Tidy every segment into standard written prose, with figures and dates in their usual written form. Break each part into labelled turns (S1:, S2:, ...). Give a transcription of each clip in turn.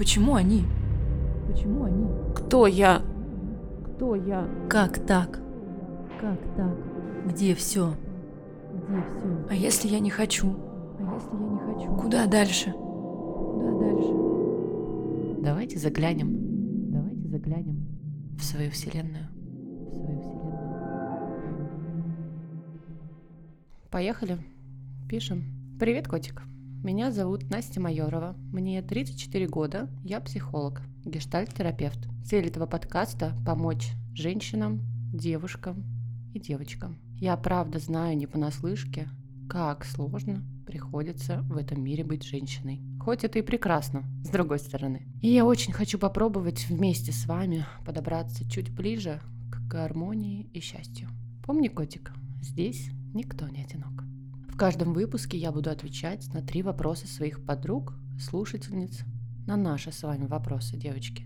S1: Почему они? Почему они?
S2: Кто я?
S1: Кто я? Как так? Как так? Где все? Где все? А если я не хочу? А если я не хочу? Куда дальше? Куда дальше?
S2: Давайте заглянем в свою вселенную. Поехали. Пишем. Привет, котик. Меня зовут Настя Майорова. Мне 34 года. Я психолог, гештальт-терапевт. Цель этого подкаста – помочь женщинам, девушкам и девочкам. Я правда знаю не понаслышке, как сложно приходится в этом мире быть женщиной. Хоть это и прекрасно, с другой стороны. И я очень хочу попробовать вместе с вами подобраться чуть ближе к гармонии и счастью. Помни, котик, здесь никто не одинок. В каждом выпуске я буду отвечать на 3 вопроса своих подруг, слушательниц, на наши с вами вопросы, девочки,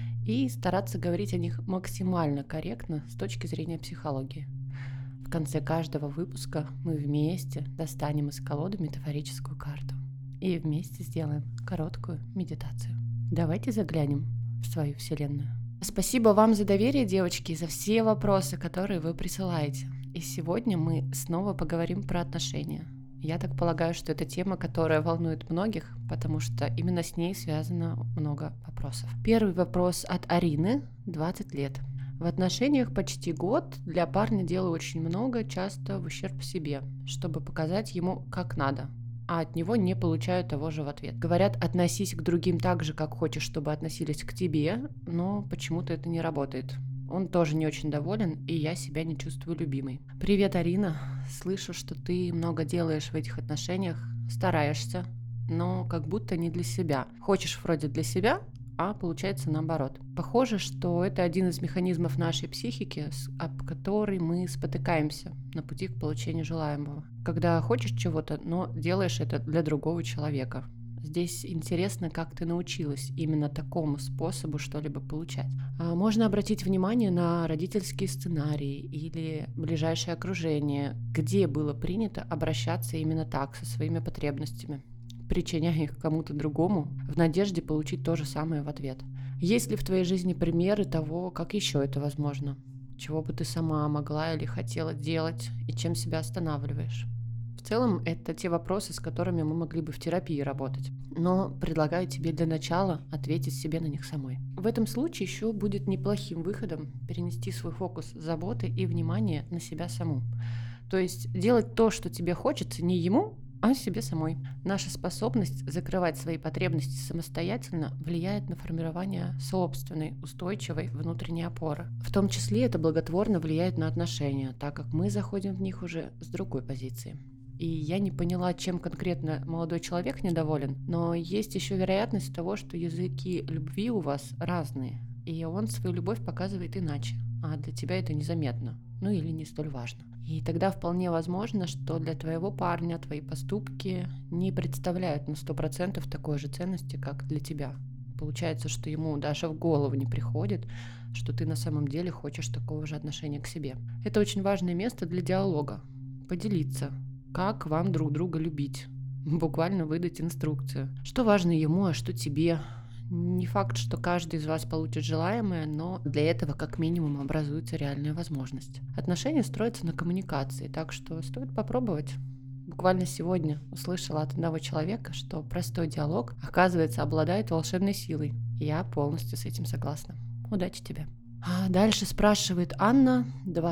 S2: и стараться говорить о них максимально корректно с точки зрения психологии. В конце каждого выпуска мы вместе достанем из колоды метафорическую карту и вместе сделаем короткую медитацию. Давайте заглянем в свою вселенную. Спасибо вам за доверие, девочки, и за все вопросы, которые вы присылаете. И сегодня мы снова поговорим про отношения. Я так полагаю, что это тема, которая волнует многих, потому что именно с ней связано много вопросов. Первый вопрос от Арины, 20 лет. В отношениях почти год, для парня делаю очень много, часто в ущерб себе, чтобы показать ему как надо, а от него не получаю того же в ответ. Говорят, относись к другим так же, как хочешь, чтобы относились к тебе, но почему-то это не работает. Он тоже не очень доволен, и я себя не чувствую любимой. Привет, Арина. Слышу, что ты много делаешь в этих отношениях, стараешься, но как будто не для себя. Хочешь вроде для себя, а получается наоборот. Похоже, что это один из механизмов нашей психики, об который мы спотыкаемся на пути к получению желаемого. Когда хочешь чего-то, но делаешь это для другого человека. Здесь интересно, как ты научилась именно такому способу что-либо получать. Можно обратить внимание на родительские сценарии или ближайшее окружение, где было принято обращаться именно так, со своими потребностями, причиняя их кому-то другому, в надежде получить то же самое в ответ. Есть ли в твоей жизни примеры того, как еще это возможно? Чего бы ты сама могла или хотела делать, и чем себя останавливаешь? В целом, это те вопросы, с которыми мы могли бы в терапии работать. Но предлагаю тебе для начала ответить себе на них самой. В этом случае еще будет неплохим выходом перенести свой фокус заботы и внимания на себя саму. То есть делать то, что тебе хочется, не ему, а себе самой. Наша способность закрывать свои потребности самостоятельно влияет на формирование собственной устойчивой внутренней опоры. В том числе это благотворно влияет на отношения, так как мы заходим в них уже с другой позиции. И я не поняла, чем конкретно молодой человек недоволен, но есть еще вероятность того, что языки любви у вас разные, и он свою любовь показывает иначе, а для тебя это незаметно, ну или не столь важно. И тогда вполне возможно, что для твоего парня твои поступки не представляют на 100% такой же ценности, как для тебя. Получается, что ему даже в голову не приходит, что ты на самом деле хочешь такого же отношения к себе. Это очень важное место для диалога. Поделиться, как вам друг друга любить. Буквально выдать инструкцию. Что важно ему, а что тебе. Не факт, что каждый из вас получит желаемое, но для этого как минимум образуется реальная возможность. Отношения строятся на коммуникации, так что стоит попробовать. Буквально сегодня услышала от одного человека, что простой диалог, оказывается, обладает волшебной силой. Я полностью с этим согласна. Удачи тебе! Дальше спрашивает Анна,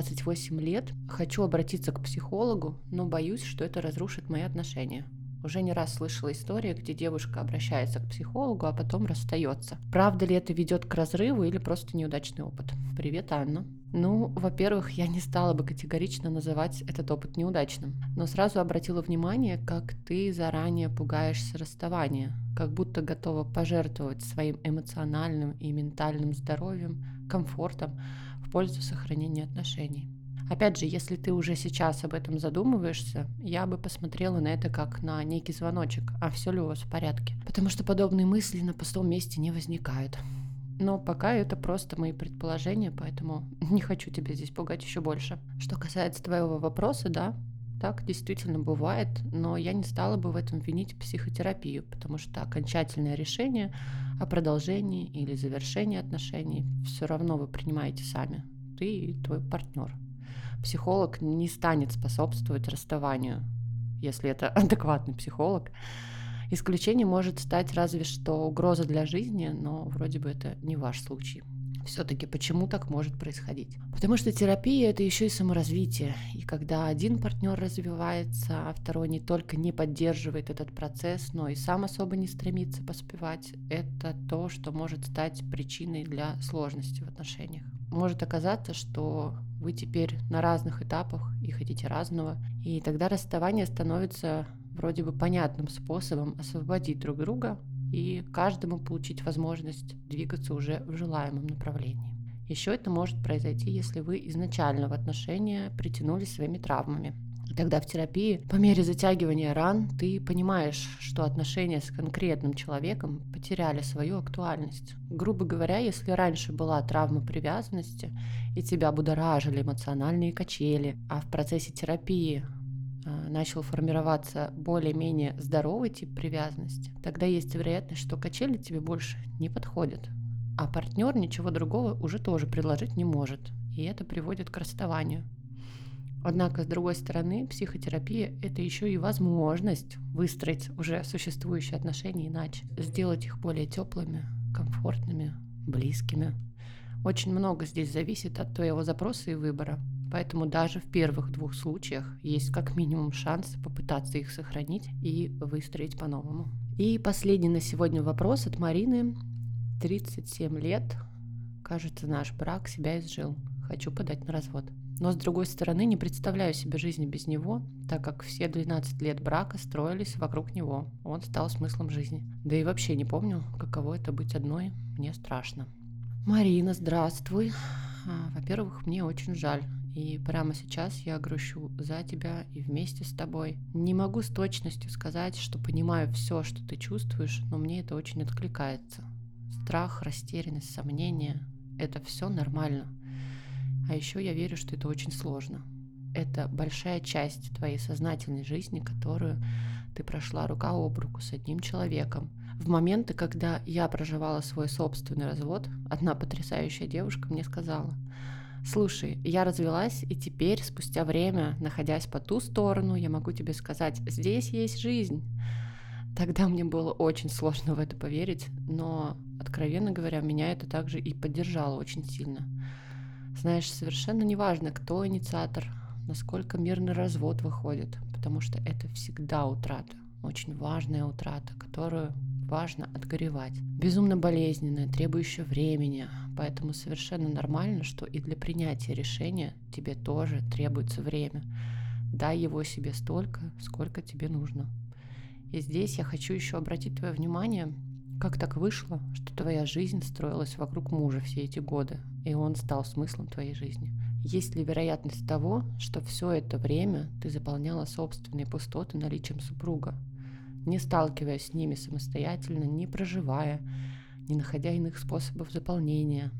S2: 28 лет. Хочу обратиться к психологу, но боюсь, что это разрушит мои отношения. Уже не раз слышала истории, где девушка обращается к психологу, а потом расстается. Правда ли это ведет к разрыву или просто неудачный опыт? Привет, Анна. Во-первых, я не стала бы категорично называть этот опыт неудачным, но сразу обратила внимание, как ты заранее пугаешься расставания, как будто готова пожертвовать своим эмоциональным и ментальным здоровьем, комфортом в пользу сохранения отношений. Опять же, если ты уже сейчас об этом задумываешься, я бы посмотрела на это как на некий звоночек, а все ли у вас в порядке. Потому что подобные мысли на пустом месте не возникают. Но пока это просто мои предположения, поэтому не хочу тебя здесь пугать еще больше. Что касается твоего вопроса, да, Так действительно бывает, но я не стала бы в этом винить психотерапию, потому что окончательное решение о продолжении или завершении отношений все равно вы принимаете сами, ты и твой партнер. Психолог не станет способствовать расставанию, если это адекватный психолог. Исключением может стать разве что угроза для жизни, но вроде бы это не ваш случай. Все-таки почему так может происходить? Потому что терапия — это еще и саморазвитие. И когда один партнер развивается, а второй не только не поддерживает этот процесс, но и сам особо не стремится поспевать, это то, что может стать причиной для сложности в отношениях. Может оказаться, что вы теперь на разных этапах и хотите разного, и тогда расставание становится вроде бы понятным способом освободить друг друга и каждому получить возможность двигаться уже в желаемом направлении. Еще это может произойти, если вы изначально в отношения притянулись своими травмами. И тогда в терапии, по мере затягивания ран, ты понимаешь, что отношения с конкретным человеком потеряли свою актуальность. Грубо говоря, если раньше была травма привязанности, и тебя будоражили эмоциональные качели, а в процессе терапии начал формироваться более-менее здоровый тип привязанности, тогда есть вероятность, что качели тебе больше не подходят, а партнер ничего другого уже тоже предложить не может, и это приводит к расставанию. Однако, с другой стороны, психотерапия — это еще и возможность выстроить уже существующие отношения иначе, сделать их более теплыми, комфортными, близкими. Очень много здесь зависит от твоего запроса и выбора. Поэтому даже в первых двух случаях есть как минимум шанс попытаться их сохранить и выстроить по-новому. И последний на сегодня вопрос от Марины. 37 лет. Кажется, наш брак себя изжил. Хочу подать на развод. Но с другой стороны, не представляю себе жизни без него, так как все 12 лет брака строились вокруг него. Он стал смыслом жизни. Да и вообще не помню, каково это быть одной. Мне страшно. Марина, здравствуй. Во-первых, мне очень жаль. И прямо сейчас я грущу за тебя и вместе с тобой. Не могу с точностью сказать, что понимаю все, что ты чувствуешь, но мне это очень откликается. Страх, растерянность, сомнения — это все нормально. А еще я верю, что это очень сложно. Это большая часть твоей сознательной жизни, которую ты прошла рука об руку с одним человеком. В моменты, когда я проживала свой собственный развод, одна потрясающая девушка мне сказала: «Слушай, я развелась, и теперь, спустя время, находясь по ту сторону, я могу тебе сказать, здесь есть жизнь». Тогда мне было очень сложно в это поверить, но, откровенно говоря, меня это также и поддержало очень сильно. Знаешь, совершенно неважно, кто инициатор, насколько мирный развод выходит, потому что это всегда утрата, очень важная утрата, которую важно отгоревать. Безумно болезненная, требующая времени, поэтому совершенно нормально, что и для принятия решения тебе тоже требуется время. Дай его себе столько, сколько тебе нужно. И здесь я хочу еще обратить твое внимание, как так вышло, что твоя жизнь строилась вокруг мужа все эти годы, и он стал смыслом твоей жизни. Есть ли вероятность того, что все это время ты заполняла собственные пустоты наличием супруга, не сталкиваясь с ними самостоятельно, не проживая, не находя иных способов заполнения?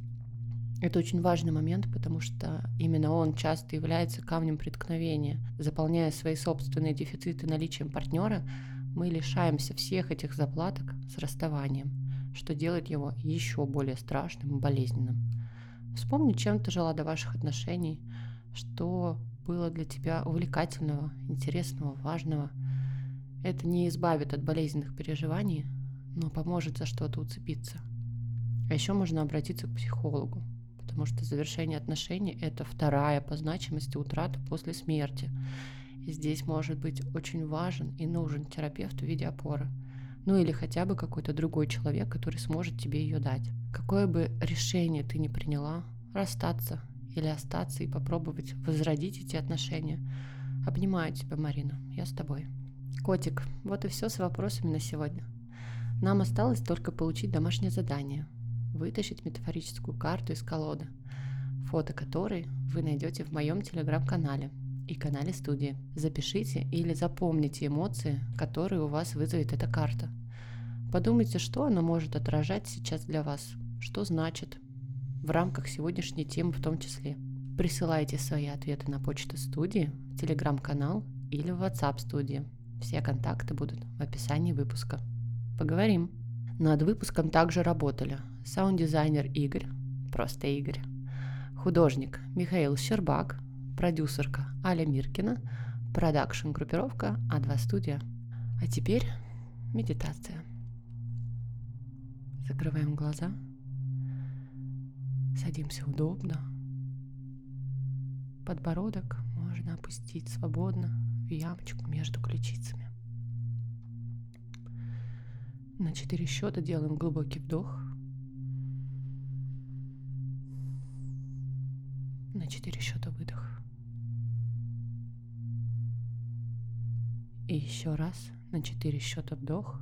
S2: Это очень важный момент, потому что именно он часто является камнем преткновения. Заполняя свои собственные дефициты наличием партнера, мы лишаемся всех этих заплаток с расставанием, что делает его еще более страшным и болезненным. Вспомни, чем ты жила до ваших отношений, что было для тебя увлекательного, интересного, важного. Это не избавит от болезненных переживаний, но поможет за что-то уцепиться. А еще можно обратиться к психологу, потому что завершение отношений — это вторая по значимости утрата после смерти. И здесь может быть очень важен и нужен терапевт в виде опоры. Ну или хотя бы какой-то другой человек, который сможет тебе ее дать. Какое бы решение ты ни приняла, расстаться или остаться и попробовать возродить эти отношения, обнимаю тебя, Марина, я с тобой. Котик, вот и все с вопросами на сегодня. Нам осталось только получить домашнее задание — вытащить метафорическую карту из колоды, фото которой вы найдете в моем телеграм-канале и канале студии. Запишите или запомните эмоции, которые у вас вызовет эта карта. Подумайте, что она может отражать сейчас для вас, что значит в рамках сегодняшней темы в том числе. Присылайте свои ответы на почту студии, в телеграм-канал или в WhatsApp студии. Все контакты будут в описании выпуска. Поговорим. Над выпуском также работали саунд-дизайнер Игорь, просто Игорь, художник Михаил Щербак, продюсерка Аля Миркина, продакшн-группировка А2 Студия. А теперь медитация. Закрываем глаза, садимся удобно. Подбородок можно опустить свободно в ямочку между ключицами. На 4 счета делаем глубокий вдох. На 4 счета выдох. И еще раз на 4 счета вдох.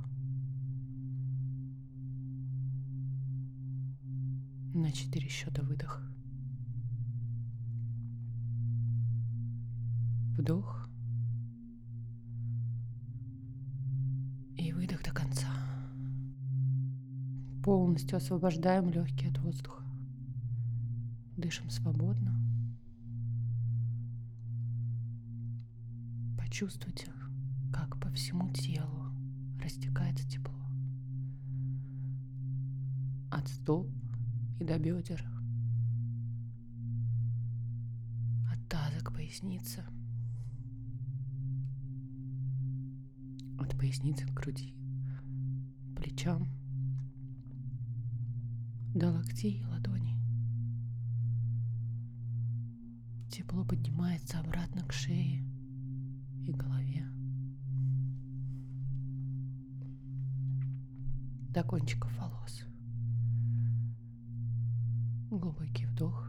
S2: На 4 счета выдох. Вдох и выдох до конца. Полностью освобождаем легкие от воздуха. Дышим свободно. Почувствуйте, как по всему телу растекается тепло. От стоп и до бедер. От таза к пояснице. От поясницы к груди, плечам, до локтей и ладоней. Тепло поднимается обратно к шее и голове, до кончиков волос. Глубокий вдох,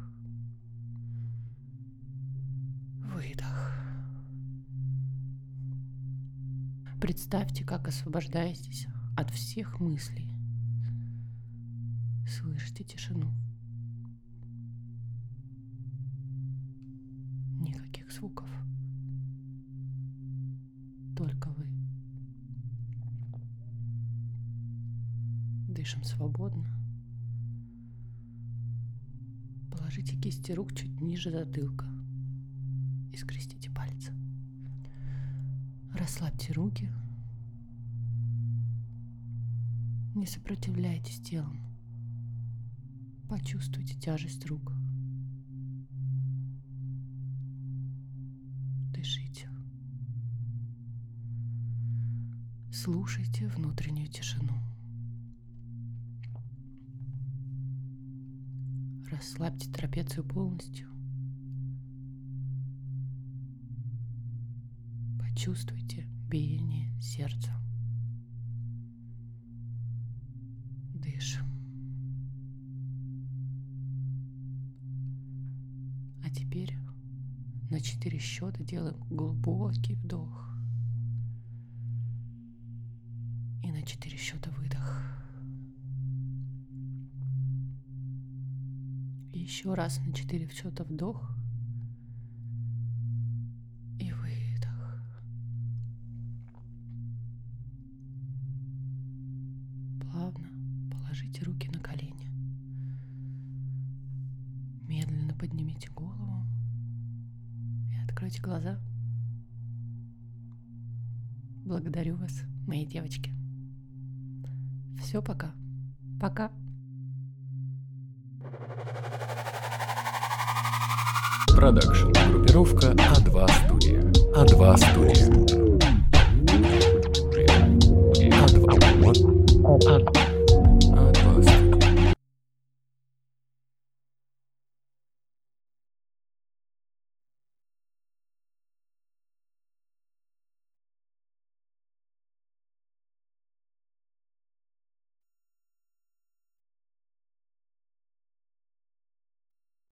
S2: выдох. Представьте, как освобождаетесь от всех мыслей. Слышите тишину. Никаких звуков. Только вы. Дышим свободно. Положите кисти рук чуть ниже затылка и скрестите пальцы. Расслабьте руки. Не сопротивляйтесь телом. Почувствуйте тяжесть рук. Дышите. Слушайте внутреннюю тишину. Расслабьте трапецию полностью. Почувствуйте биение сердца. Дышим. А теперь на 4 счета делаем глубокий вдох. И на 4 счета выдох. И еще раз на 4 счета вдох. И выдох. Плавно положите руки на колени. Медленно поднимите голову и откройте глаза. Благодарю вас, мои девочки. Все, пока. Пока.
S3: Продакшн. Группировка А2 Студия. А2 Студия. А2.